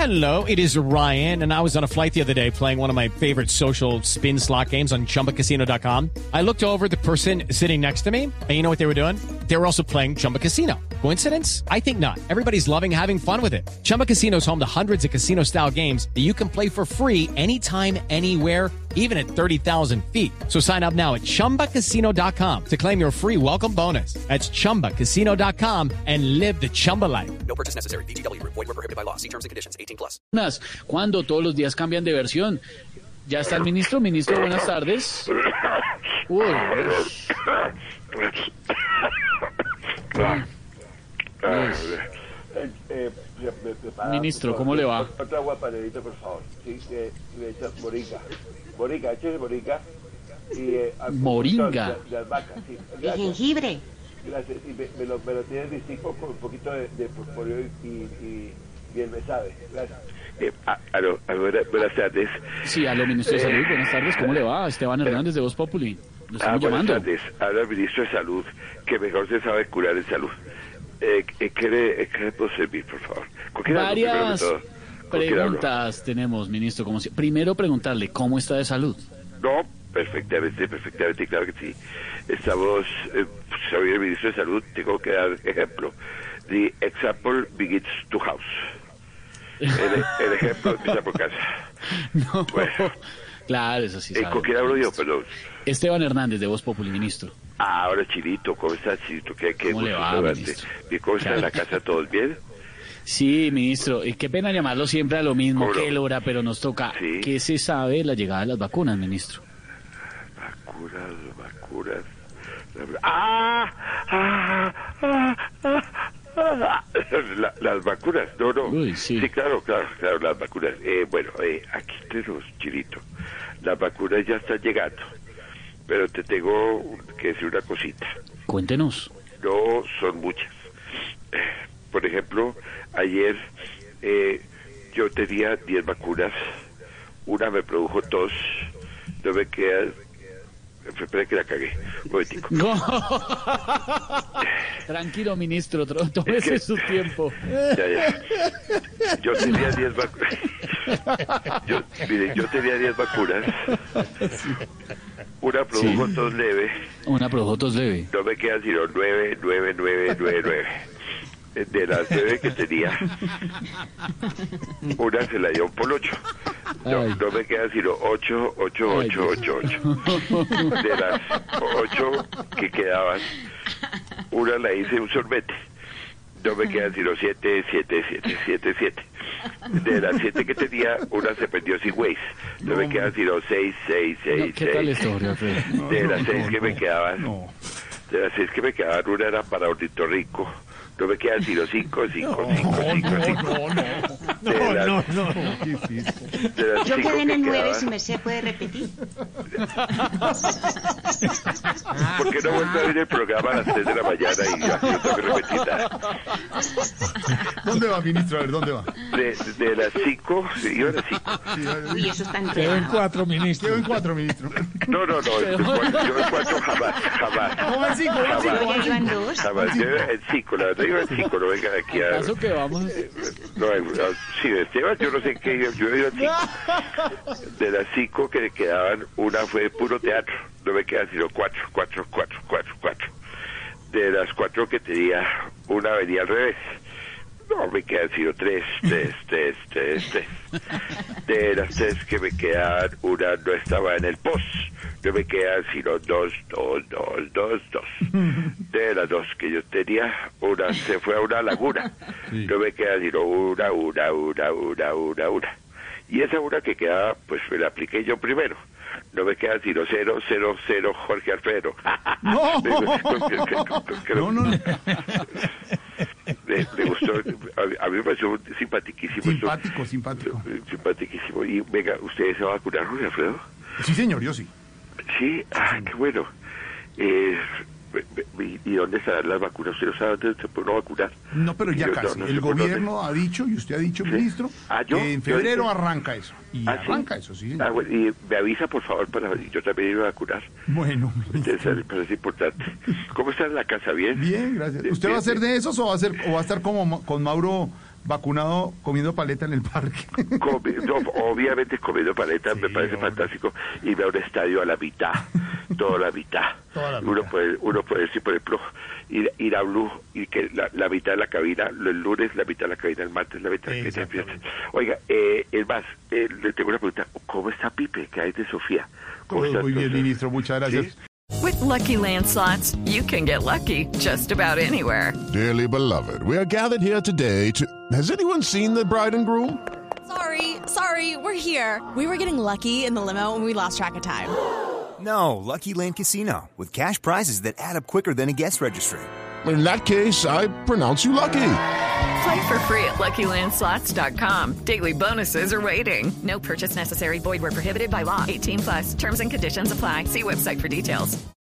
Hello, it is Ryan, and I was on a flight the other day playing one of my favorite social spin slot games on ChumbaCasino.com. I looked over at the person sitting next to me, and you know what they were doing? They were also playing Chumba Casino. Coincidence? I think not. Everybody's loving having fun with it. Chumba Casino is home to hundreds of casino-style games that you can play for free anytime, anywhere, even at 30,000 feet. So sign up now at ChumbaCasino.com to claim your free welcome bonus. That's ChumbaCasino.com and live the Chumba life. No purchase necessary. VGW. Void were prohibited by law. See terms and conditions. 18+. Cuando todos los días cambian de versión. Ya está el ministro. Ministro, buenas tardes. Uy. Ministro, ¿cómo le va? Otra agua panelita, por favor. Sí, le echas moringa, échale moringa. Moringa. De albahaca, sí. De jengibre. Gracias. Y me lo tienes listico con un poquito de porforio y bien me sabe. Gracias. Aló, buenas tardes. Sí, aló, ministro de Salud, buenas tardes. ¿Cómo le va? Esteban Hernández de Voz Populi. Lo estamos llamando. Buenas tardes. Habla el ministro de Salud, que mejor se sabe curar en salud. ¿Qué le puedo servir, por favor? Varias preguntas tenemos, ministro. Como si... Primero, preguntarle, ¿cómo está de salud? No, perfectamente, claro que sí. Estamos, soy el ministro de Salud, tengo que dar ejemplo. The example begins to house. El ejemplo empieza por casa. No, bueno. Claro, eso sí sabe. ¿Con quién hablo yo, perdón? Esteban Hernández de Voz Populi, ministro. Ahora, Chilito, ¿cómo estás, Chilito? ¿Cómo le va, ministro? ¿Cómo está en la casa? ¿Todos bien? Sí, ministro, qué pena llamarlo siempre a lo mismo que él hora, pero nos toca. ¿Sí? ¿Qué se sabe de la llegada de las vacunas, ministro? Vacunas. Las vacunas, no. Uy, sí. Sí, claro, las vacunas. Bueno, aquí tenemos, Chilito. Las vacunas ya están llegando, pero te tengo que decir una cosita. Cuéntenos. No son muchas. Por ejemplo, ayer yo tenía 10 vacunas, una me produjo tos, no me queda... Espera que la cagué, un momentico. No. Tranquilo, ministro, tómese su tiempo. Ya. Yo tenía 10 vacunas. Yo tenía 10 vacunas. Una produjo tos leve. Una produjo tos leve. No me quedan sino 9. De las 9 que tenía, una se la dio un por 8. No me quedan sino 8. De las 8 que quedaban, una la hice un sorbete. No me quedan sino 7. De las 7 que tenía, una se perdió sin Waze. No me quedan sino 6. ¿Qué tal esto, Jorge Alfredo? De las 6 que me quedaban, una era para Ornitorrinco. No me quedan sino 5. No. Yo quedé en el 9, si me se puede repetir. ¿Por qué no vuelvo a ver el programa a las 3 de la mañana y yo tengo que repetir nada? ¿Dónde va, ministro? A ver, ¿dónde va? De las 5, iba a las 5. Uy, eso está Quedó en 4, ministro. No, yo en 4 jamás. ¿Cómo en 5? Ya iban 2. Jamás, yo en 5, la verdad, iba en 5, no vengan aquí a... ¿Acaso que vamos? Sí, Esteban, yo no sé qué, yo iba en 5. De las 5 que quedaban, una fue puro teatro, no me quedan sino 4. De las 4 que tenía, una venía al revés. No, me quedan sino 3. De las 3 que me quedaban, una no estaba en el post. No me quedan sino 2. De las 2 que yo tenía, una se fue a una laguna. No me quedan sino una. Y esa una que quedaba, pues me la apliqué yo primero. No me quedan sino 0, Jorge Alfredo. No. Le gustó, a mí me pareció simpaticísimo. Simpaticísimo. Y venga, ¿ustedes se van a vacunar, Jorge Alfredo? Sí, señor, yo sí. Sí, qué bueno. ¿Y dónde estarán las vacunas? ¿Usted no sabe dónde se puede vacunar? No, pero ya casi. El gobierno ha dicho, y usted ha dicho, ¿sí? Ministro, que en febrero arranca eso. Y arranca eso, sí. Bueno, y me avisa, por favor, para yo también ir a vacunar. Bueno. Me parece importante. ¿Cómo está en la casa? ¿Bien? Bien, gracias. ¿Usted va a ser de esos o va a estar como con Mauro vacunado comiendo paleta en el parque. Obviamente comiendo paleta, sí, me parece fantástico. Ir a un estadio a la mitad, toda la mitad. Uno puede decir, por ejemplo, ir a Blue y que la mitad de la cabina, el lunes la mitad de la cabina, el martes la mitad de la cabina. Oiga, es más, le tengo una pregunta. ¿Cómo está Pipe? ¿Qué hay de Sofía? Muy bien, ministro, muchas gracias. ¿Sí? With Lucky Land Slots, you can get lucky just about anywhere. Dearly beloved, we are gathered here today to... Has anyone seen the bride and groom? Sorry, we're here. We were getting lucky in the limo and we lost track of time. No, Lucky Land Casino, with cash prizes that add up quicker than a guest registry. In that case, I pronounce you lucky. Play for free at LuckyLandSlots.com. Daily bonuses are waiting. No purchase necessary. Void where prohibited by law. 18+. Terms and conditions apply. See website for details.